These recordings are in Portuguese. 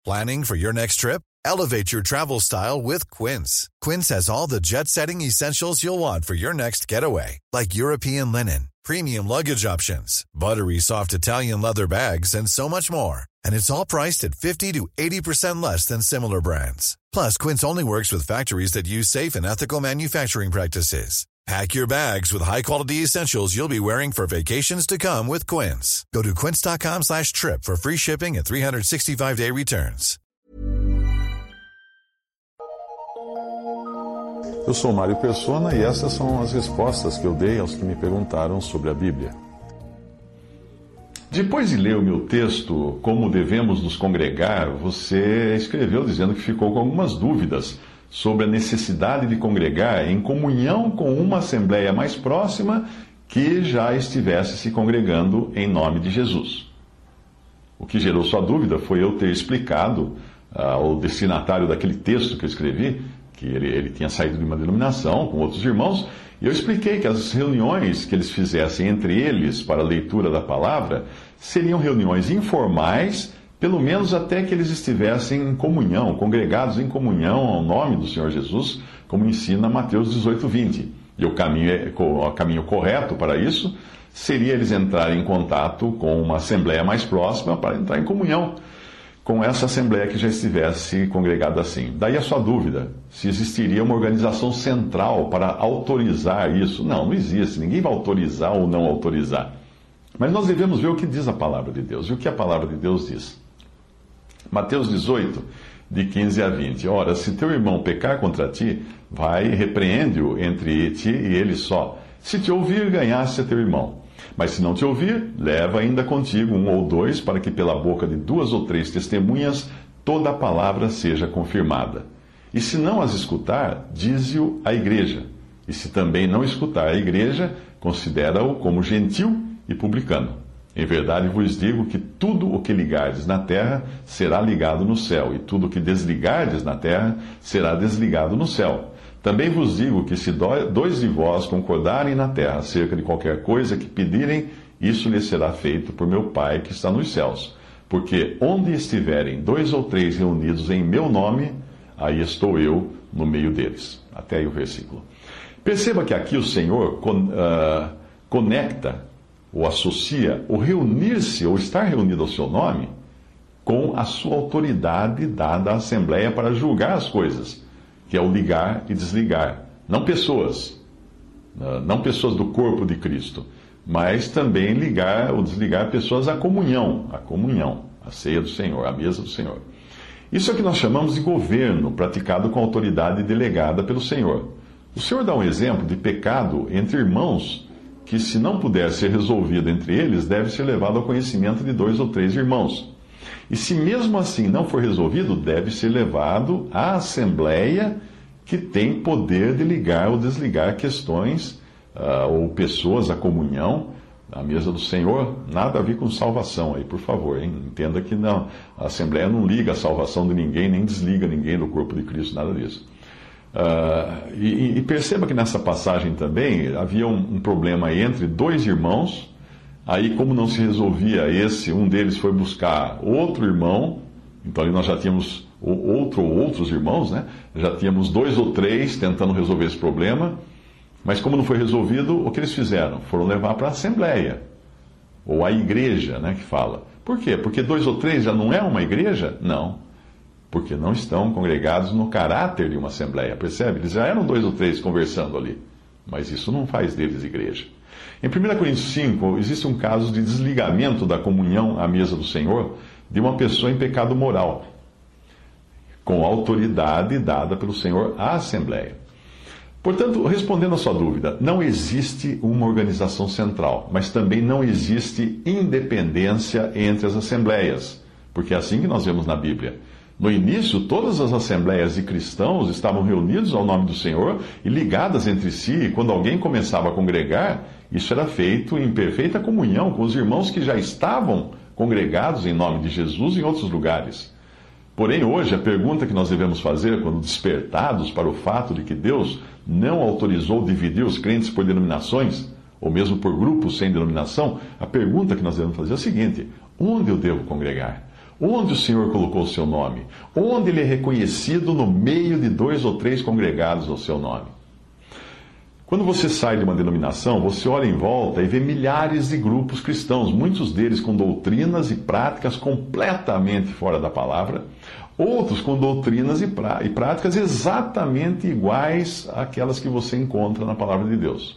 Planning for your next trip? Elevate your travel style with Quince. Quince has all the jet-setting essentials you'll want for your next getaway, like European linen, premium luggage options, buttery soft Italian leather bags, and so much more. And it's all priced at 50 to 80% less than similar brands. Plus, Quince only works with factories that use safe and ethical manufacturing practices. Pack your bags with high-quality essentials you'll be wearing for vacations to come with Quince. Go to quince.com/trip for free shipping and 365-day returns. Eu sou Mário Persona e essas são as respostas que eu dei aos que me perguntaram sobre a Bíblia. Depois de ler o meu texto, Como Devemos Nos Congregar, você escreveu dizendo que ficou com algumas dúvidas sobre a necessidade de congregar em comunhão com uma assembleia mais próxima que já estivesse se congregando em nome de Jesus. O que gerou sua dúvida foi eu ter explicado ao destinatário daquele texto que eu escrevi, que ele tinha saído de uma denominação com outros irmãos, e eu expliquei que as reuniões que eles fizessem entre eles para a leitura da palavra seriam reuniões informais, pelo menos até que eles estivessem em comunhão, congregados em comunhão ao nome do Senhor Jesus, como ensina Mateus 18:20. E o caminho correto para isso seria eles entrarem em contato com uma assembleia mais próxima para entrar em comunhão com essa assembleia que já estivesse congregada assim. Daí a sua dúvida, se existiria uma organização central para autorizar isso. Não existe, ninguém vai autorizar ou não autorizar. Mas nós devemos ver o que diz a palavra de Deus. E o que a palavra de Deus diz? Mateus 18, de 15 a 20. Ora, se teu irmão pecar contra ti, vai e repreende-o entre ti e ele só. Se te ouvir, ganhaste a teu irmão. Mas se não te ouvir, leva ainda contigo um ou dois, para que pela boca de 2 ou 3 testemunhas toda a palavra seja confirmada. E se não as escutar, dize-o à igreja. E se também não escutar a igreja, considera-o como gentil e publicano. Em verdade vos digo que tudo o que ligardes na terra será ligado no céu, e tudo o que desligardes na terra será desligado no céu. Também vos digo que se 2 de vós concordarem na terra acerca de qualquer coisa que pedirem, isso lhes será feito por meu Pai que está nos céus. Porque onde estiverem 2 ou 3 reunidos em meu nome, aí estou eu no meio deles. Até aí o versículo. Perceba que aqui o Senhor conecta ou associa o reunir-se ou estar reunido ao seu nome com a sua autoridade dada à Assembleia para julgar as coisas, que é o ligar e desligar. Não pessoas do corpo de Cristo, mas também ligar ou desligar pessoas à comunhão, a ceia do Senhor, a mesa do Senhor. Isso é o que nós chamamos de governo, praticado com autoridade delegada pelo Senhor. O Senhor dá um exemplo de pecado entre irmãos, que se não puder ser resolvido entre eles, deve ser levado ao conhecimento de 2 ou 3 irmãos. E se mesmo assim não for resolvido, deve ser levado à Assembleia, que tem poder de ligar ou desligar questões ou pessoas à comunhão, à mesa do Senhor. Nada a ver com salvação aí, por favor, hein? Entenda que não, a Assembleia não liga a salvação de ninguém, nem desliga ninguém do corpo de Cristo, nada disso. E perceba que nessa passagem também havia um problema entre 2 irmãos. Aí, como não se resolvia um deles foi buscar outro irmão. Então ali nós já tínhamos outros irmãos, né? Já tínhamos 2 ou 3 tentando resolver esse problema. Mas como não foi resolvido, o que eles fizeram? Foram levar para a Assembleia, ou a igreja, né, que fala. Por quê? Porque 2 ou 3 já não é uma igreja? Não. Porque não estão congregados no caráter de uma Assembleia, percebe? Eles já eram 2 ou 3 conversando ali, mas isso não faz deles igreja. Em 1 Coríntios 5, existe um caso de desligamento da comunhão à mesa do Senhor de uma pessoa em pecado moral, com autoridade dada pelo Senhor à Assembleia. Portanto, respondendo à sua dúvida, não existe uma organização central, mas também não existe independência entre as assembleias, porque é assim que nós vemos na Bíblia. No início, todas as assembleias de cristãos estavam reunidos ao nome do Senhor e ligadas entre si, e quando alguém começava a congregar, isso era feito em perfeita comunhão com os irmãos que já estavam congregados em nome de Jesus em outros lugares. Porém, hoje, a pergunta que nós devemos fazer quando despertados para o fato de que Deus não autorizou dividir os crentes por denominações, ou mesmo por grupos sem denominação, a pergunta que nós devemos fazer é a seguinte: onde eu devo congregar? Onde o Senhor colocou o seu nome? Onde ele é reconhecido no meio de 2 ou 3 congregados ao seu nome? Quando você sai de uma denominação, você olha em volta e vê milhares de grupos cristãos, muitos deles com doutrinas e práticas completamente fora da palavra, outros com doutrinas e práticas exatamente iguais àquelas que você encontra na palavra de Deus.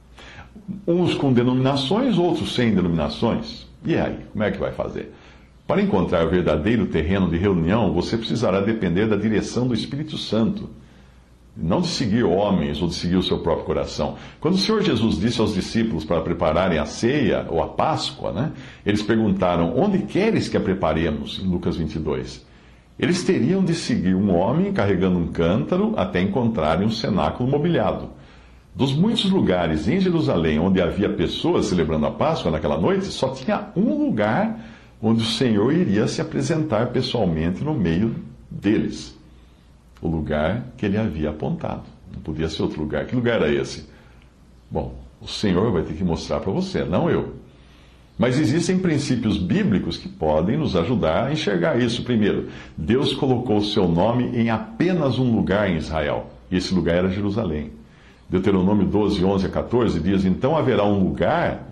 Uns com denominações, outros sem denominações. E aí, como é que vai fazer? Para encontrar o verdadeiro terreno de reunião, você precisará depender da direção do Espírito Santo. Não de seguir homens ou de seguir o seu próprio coração. Quando o Senhor Jesus disse aos discípulos para prepararem a ceia ou a Páscoa, eles perguntaram: onde queres que a preparemos? Em Lucas 22. Eles teriam de seguir um homem carregando um cântaro até encontrarem um cenáculo mobiliado. Dos muitos lugares em Jerusalém onde havia pessoas celebrando a Páscoa naquela noite, só tinha um lugar onde o Senhor iria se apresentar pessoalmente no meio deles. O lugar que ele havia apontado. Não podia ser outro lugar. Que lugar era esse? Bom, o Senhor vai ter que mostrar para você, não eu. Mas existem princípios bíblicos que podem nos ajudar a enxergar isso. Primeiro, Deus colocou o seu nome em apenas um lugar em Israel. E esse lugar era Jerusalém. Deuteronômio 12, 11 a 14 diz: então haverá um lugar,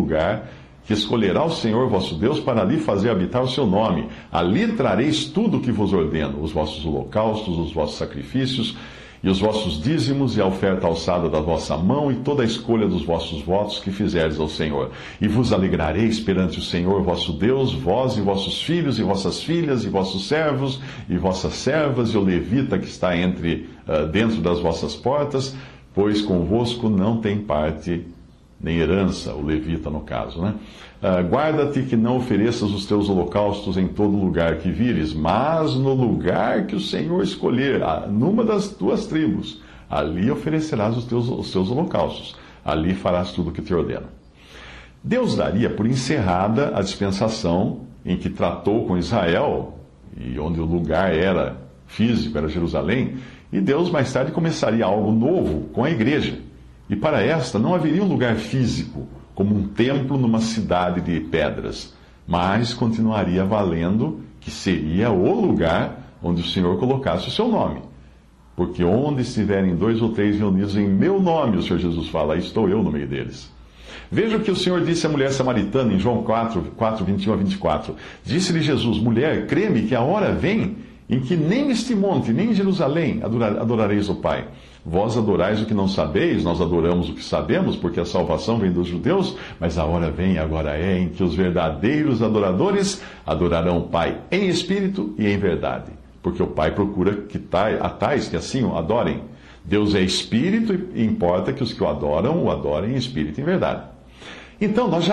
que escolherá o Senhor vosso Deus para ali fazer habitar o seu nome. Ali trareis tudo o que vos ordeno, os vossos holocaustos, os vossos sacrifícios, e os vossos dízimos, e a oferta alçada da vossa mão, e toda a escolha dos vossos votos que fizerdes ao Senhor. E vos alegrareis perante o Senhor vosso Deus, vós e vossos filhos, e vossas filhas, e vossos servos, e vossas servas, e o levita que está dentro das vossas portas, pois convosco não tem parte nem herança, o levita no caso, guarda-te que não ofereças os teus holocaustos em todo lugar que vires, mas no lugar que o Senhor escolher, numa das tuas tribos, ali oferecerás os teus holocaustos, ali farás tudo o que te ordeno. Deus daria por encerrada a dispensação em que tratou com Israel, e onde o lugar era físico, era Jerusalém, e Deus mais tarde começaria algo novo com a igreja. E para esta não haveria um lugar físico, como um templo numa cidade de pedras, mas continuaria valendo que seria o lugar onde o Senhor colocasse o seu nome. Porque onde estiverem 2 ou 3 reunidos em meu nome, o Senhor Jesus fala, estou eu no meio deles. Veja o que o Senhor disse à mulher samaritana em João 4, 21 a 24. Disse-lhe Jesus: mulher, crê-me que a hora vem em que nem neste monte, nem em Jerusalém adorareis o Pai. Vós adorais o que não sabeis, nós adoramos o que sabemos, porque a salvação vem dos judeus, mas a hora vem, agora é, em que os verdadeiros adoradores adorarão o Pai em espírito e em verdade. Porque o Pai procura a tais que assim o adorem. Deus é espírito e importa que os que o adorem em espírito e em verdade. Então nós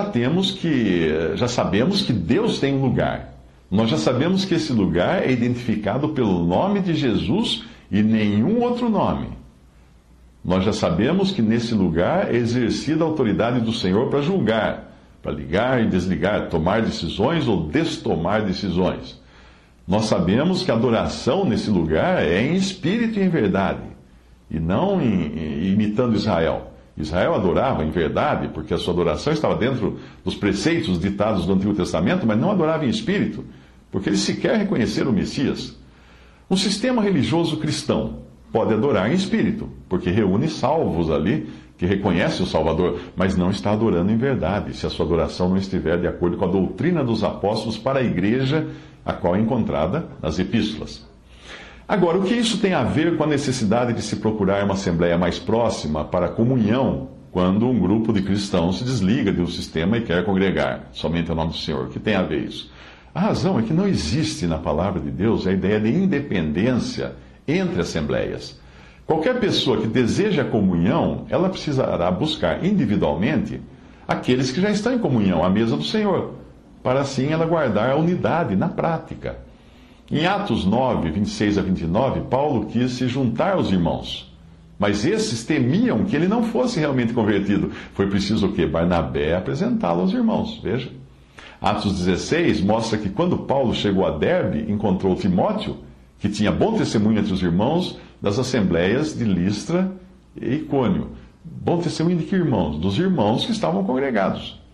já sabemos que Deus tem um lugar. Nós já sabemos que esse lugar é identificado pelo nome de Jesus e nenhum outro nome. Nós já sabemos que nesse lugar é exercida a autoridade do Senhor para julgar, para ligar e desligar, tomar decisões ou destomar decisões. Nós sabemos que a adoração nesse lugar é em espírito e em verdade, e não imitando Israel. Israel adorava em verdade, porque a sua adoração estava dentro dos preceitos ditados do Antigo Testamento, mas não adorava em espírito, porque eles sequer reconheceram o Messias. Um sistema religioso cristão pode adorar em espírito, porque reúne salvos ali que reconhecem o Salvador, mas não está adorando em verdade, se a sua adoração não estiver de acordo com a doutrina dos apóstolos para a igreja, a qual é encontrada nas epístolas. Agora, o que isso tem a ver com a necessidade de se procurar uma assembleia mais próxima para a comunhão, quando um grupo de cristãos se desliga de um sistema e quer congregar somente ao nome do Senhor? O que tem a ver isso? A razão é que não existe na palavra de Deus a ideia de independência entre assembleias. Qualquer pessoa que deseja comunhão, ela precisará buscar individualmente aqueles que já estão em comunhão à mesa do Senhor, para assim ela guardar a unidade na prática. Em Atos 9, 26 a 29, Paulo quis se juntar aos irmãos, mas esses temiam que ele não fosse realmente convertido. Foi preciso o quê? Barnabé apresentá-lo aos irmãos, veja. Atos 16 mostra que quando Paulo chegou a Derbe, encontrou Timóteo, que tinha bom testemunho entre os irmãos das assembleias de Listra e Icônio. Bom testemunho de que irmãos? Dos irmãos que estavam congregados.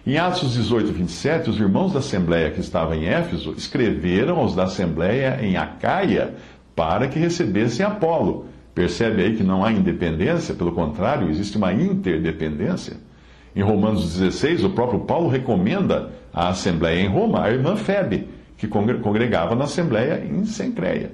Em Atos 18, 27, os irmãos da Assembleia que estavam em Éfeso escreveram aos da Assembleia em Acaia para que recebessem Apolo. Percebe aí que não há independência, pelo contrário, existe uma interdependência. Em Romanos 16, o próprio Paulo recomenda à Assembleia em Roma a irmã Febe, que congregava na Assembleia em Cencreia.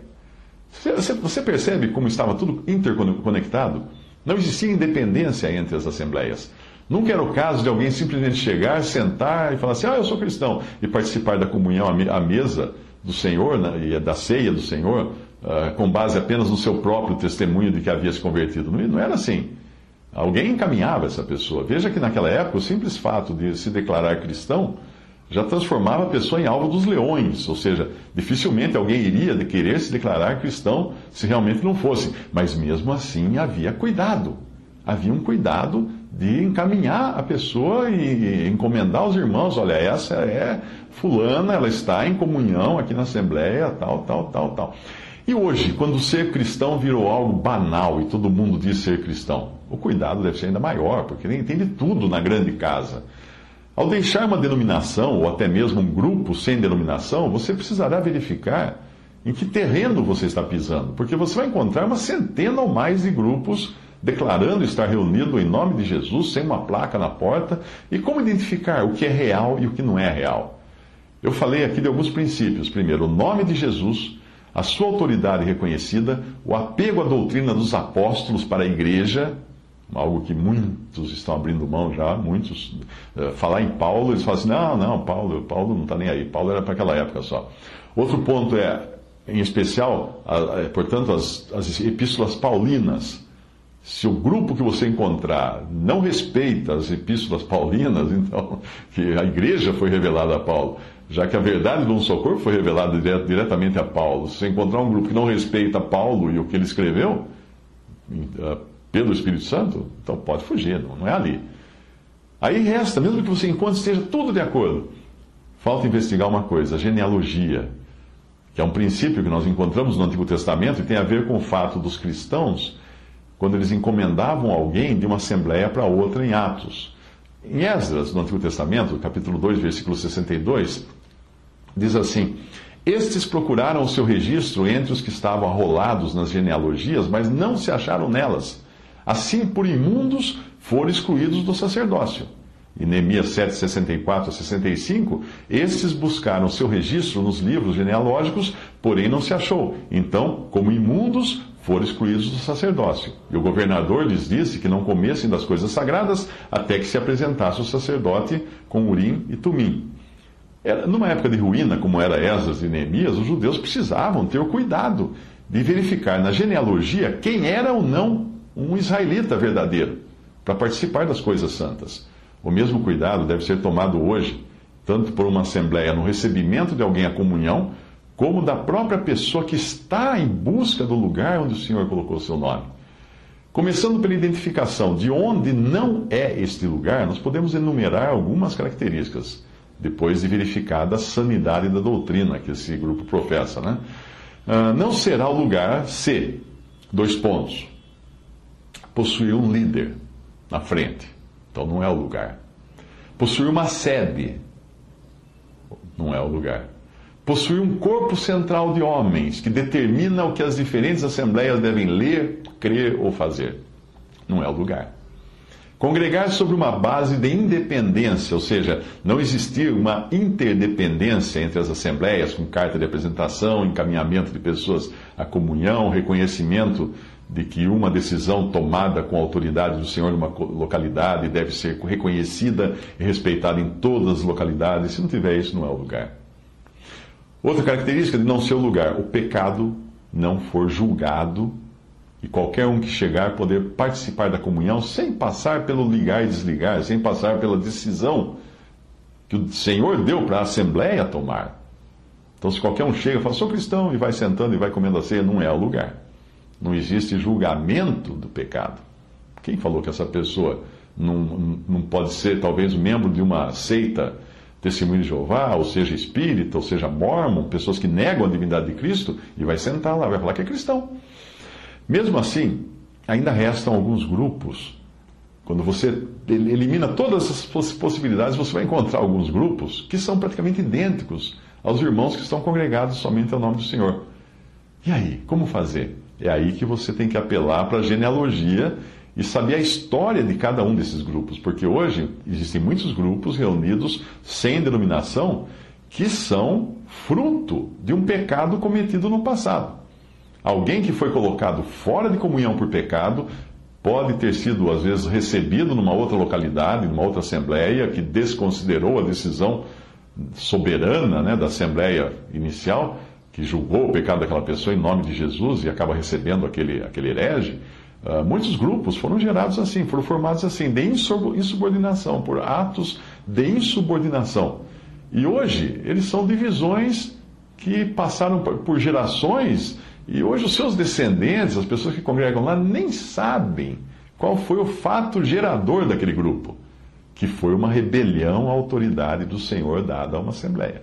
Você percebe como estava tudo interconectado? Não existia independência entre as Assembleias. Nunca era o caso de alguém simplesmente chegar, sentar e falar assim: eu sou cristão, e participar da comunhão à mesa do Senhor, né, e da ceia do Senhor, com base apenas no seu próprio testemunho de que havia se convertido. Não era assim. Alguém encaminhava essa pessoa. Veja que naquela época o simples fato de se declarar cristão já transformava a pessoa em alvo dos leões, ou seja, dificilmente alguém iria querer se declarar cristão se realmente não fosse. Mas mesmo assim havia cuidado. Havia um cuidado de encaminhar a pessoa e encomendar aos irmãos: olha, essa é fulana, ela está em comunhão aqui na Assembleia, tal. E hoje, quando ser cristão virou algo banal e todo mundo diz ser cristão, o cuidado deve ser ainda maior, porque ele entende tudo na grande casa. Ao deixar uma denominação, ou até mesmo um grupo sem denominação, você precisará verificar em que terreno você está pisando, porque você vai encontrar uma centena ou mais de grupos declarando estar reunido em nome de Jesus, sem uma placa na porta. E como identificar o que é real e o que não é real? Eu falei aqui de alguns princípios. Primeiro, o nome de Jesus, a sua autoridade reconhecida, o apego à doutrina dos apóstolos para a igreja, algo que muitos estão abrindo mão já, muitos. Falar em Paulo, eles falam assim: não, Paulo não está nem aí, Paulo era para aquela época só. Outro ponto é, em especial, portanto, as epístolas paulinas. Se o grupo que você encontrar não respeita as epístolas paulinas, então, que a igreja foi revelada a Paulo, já que a verdade do socorro foi revelada diretamente a Paulo. Se você encontrar um grupo que não respeita Paulo e o que ele escreveu, pelo Espírito Santo, então pode fugir, não é ali. Aí resta, mesmo que você encontre esteja tudo de acordo, falta investigar uma coisa: a genealogia, que é um princípio que nós encontramos no Antigo Testamento e tem a ver com o fato dos cristãos, quando eles encomendavam alguém de uma assembleia para outra em Atos. Em Esdras, no Antigo Testamento, capítulo 2, versículo 62, diz assim: estes procuraram o seu registro entre os que estavam arrolados nas genealogias, mas não se acharam nelas. Assim, por imundos, foram excluídos do sacerdócio. Em Neemias 7, 64 a 65, estes buscaram seu registro nos livros genealógicos, porém não se achou. Então, como imundos, foram excluídos do sacerdócio. E o governador lhes disse que não comessem das coisas sagradas até que se apresentasse o sacerdote com Urim e Tumim. Numa época de ruína, como era Esdras e Neemias, os judeus precisavam ter o cuidado de verificar na genealogia quem era ou não um israelita verdadeiro, para participar das coisas santas. O mesmo cuidado deve ser tomado hoje, tanto por uma assembleia no recebimento de alguém à comunhão, como da própria pessoa que está em busca do lugar onde o Senhor colocou o seu nome. Começando pela identificação de onde não é este lugar, nós podemos enumerar algumas características, depois de verificada a sanidade da doutrina que esse grupo professa, né? Não será o lugar se, possuir um líder na frente. Então não é o lugar. Possuir uma sede. Não é o lugar. Possuir um corpo central de homens que determina o que as diferentes assembleias devem ler, crer ou fazer. Não é o lugar. Congregar sobre uma base de independência, ou seja, não existir uma interdependência entre as assembleias, com carta de apresentação, encaminhamento de pessoas à comunhão, reconhecimento de que uma decisão tomada com a autoridade do Senhor numa localidade deve ser reconhecida e respeitada em todas as localidades. Se não tiver isso, não é o lugar. Outra característica de não ser o lugar: o pecado não for julgado e qualquer um que chegar poder participar da comunhão sem passar pelo ligar e desligar, sem passar pela decisão que o Senhor deu para a assembleia tomar. Então, se qualquer um chega e fala: sou cristão, e vai sentando e vai comendo a ceia, não é o lugar. Não existe julgamento do pecado. Quem falou que essa pessoa não pode ser, talvez, membro de uma seita, Testemunho de Jeová, ou seja, espírita, ou seja, mórmon, pessoas que negam a divindade de Cristo, e vai sentar lá, vai falar que é cristão. Mesmo assim, ainda restam alguns grupos Quando você elimina todas essas possibilidades, você vai encontrar alguns grupos que são praticamente idênticos aos irmãos que estão congregados somente ao nome do Senhor. E aí, como fazer? É aí que você tem que apelar para a genealogia e saber a história de cada um desses grupos, porque hoje existem muitos grupos reunidos sem denominação que são fruto de um pecado cometido no passado. Alguém que foi colocado fora de comunhão por pecado pode ter sido, às vezes, recebido numa outra localidade, numa outra assembleia, que desconsiderou a decisão soberana, né, da assembleia inicial, que julgou o pecado daquela pessoa em nome de Jesus e acaba recebendo aquele herege. Muitos grupos foram gerados assim, foram formados assim, de insubordinação, por atos de insubordinação. E hoje, eles são divisões que passaram por gerações. E hoje os seus descendentes, as pessoas que congregam lá, nem sabem qual foi o fato gerador daquele grupo, que foi uma rebelião à autoridade do Senhor dada a uma assembleia.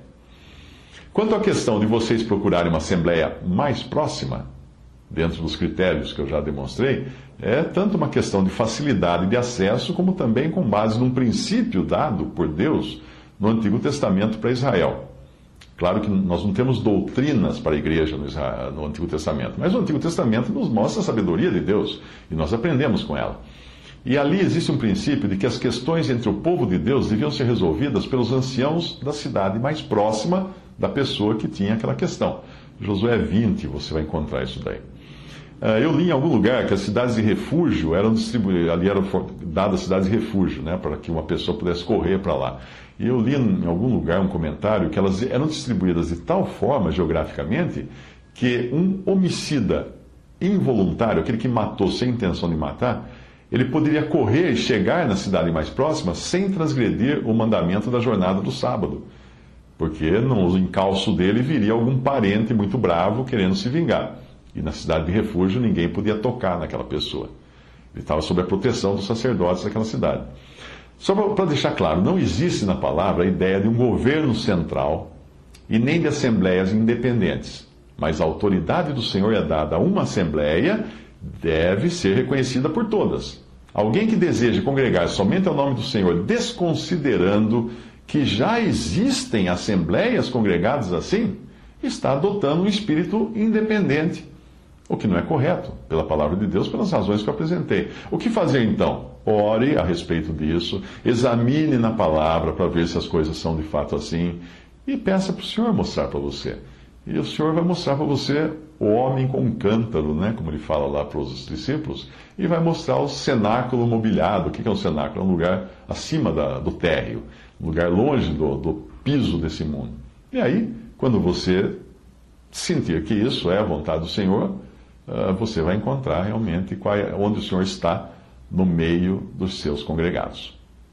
Quanto à questão de vocês procurarem uma assembleia mais próxima, dentro dos critérios que eu já demonstrei, é tanto uma questão de facilidade de acesso, como também com base num princípio dado por Deus no Antigo Testamento para Israel. Claro que nós não temos doutrinas para a igreja no Antigo Testamento, mas o Antigo Testamento nos mostra a sabedoria de Deus e nós aprendemos com ela. E ali existe um princípio de que as questões entre o povo de Deus deviam ser resolvidas pelos anciãos da cidade mais próxima da pessoa que tinha aquela questão. Josué 20, você vai encontrar isso daí. Eu li em algum lugar que as cidades de refúgio eram distribuídas, ali eram dadas cidades de refúgio, né, para que uma pessoa pudesse correr para lá. E eu li em algum lugar um comentário que elas eram distribuídas de tal forma, geograficamente, que um homicida involuntário, aquele que matou sem intenção de matar, ele poderia correr e chegar na cidade mais próxima sem transgredir o mandamento da jornada do sábado. Porque no encalço dele viria algum parente muito bravo querendo se vingar. E na cidade de refúgio ninguém podia tocar naquela pessoa. Ele estava sob a proteção dos sacerdotes daquela cidade. Só para deixar claro, não existe na palavra a ideia de um governo central e nem de assembleias independentes. Mas a autoridade do Senhor é dada a uma assembleia, deve ser reconhecida por todas. Alguém que deseje congregar somente ao nome do Senhor, desconsiderando que já existem assembleias congregadas assim, está adotando um espírito independente. O que não é correto, pela palavra de Deus, pelas razões que eu apresentei. O que fazer então? Ore a respeito disso, examine na palavra para ver se as coisas são de fato assim, e peça para o Senhor mostrar para você. E o Senhor vai mostrar para você o homem com um cântaro, né, como ele fala lá para os discípulos, e vai mostrar o cenáculo mobiliado. O que é um cenáculo? É um lugar acima do térreo, um lugar longe do piso desse mundo. E aí, quando você sentir que isso é a vontade do Senhor, você vai encontrar realmente onde o Senhor está no meio dos seus congregados.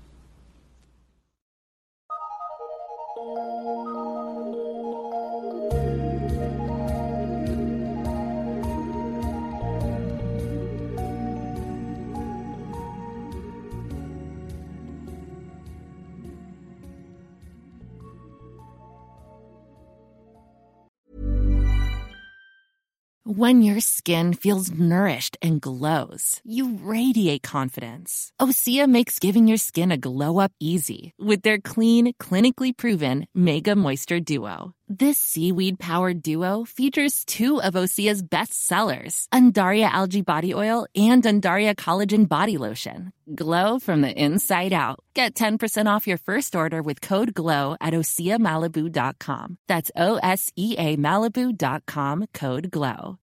When your skin feels nourished and glows, you radiate confidence. Osea makes giving your skin a glow-up easy with their clean, clinically proven Mega Moisture Duo. This seaweed-powered duo features two of Osea's best sellers, Undaria Algae Body Oil and Undaria Collagen Body Lotion. Glow from the inside out. Get 10% off your first order with code GLOW at OseaMalibu.com. That's OSEA Malibu.com, code GLOW.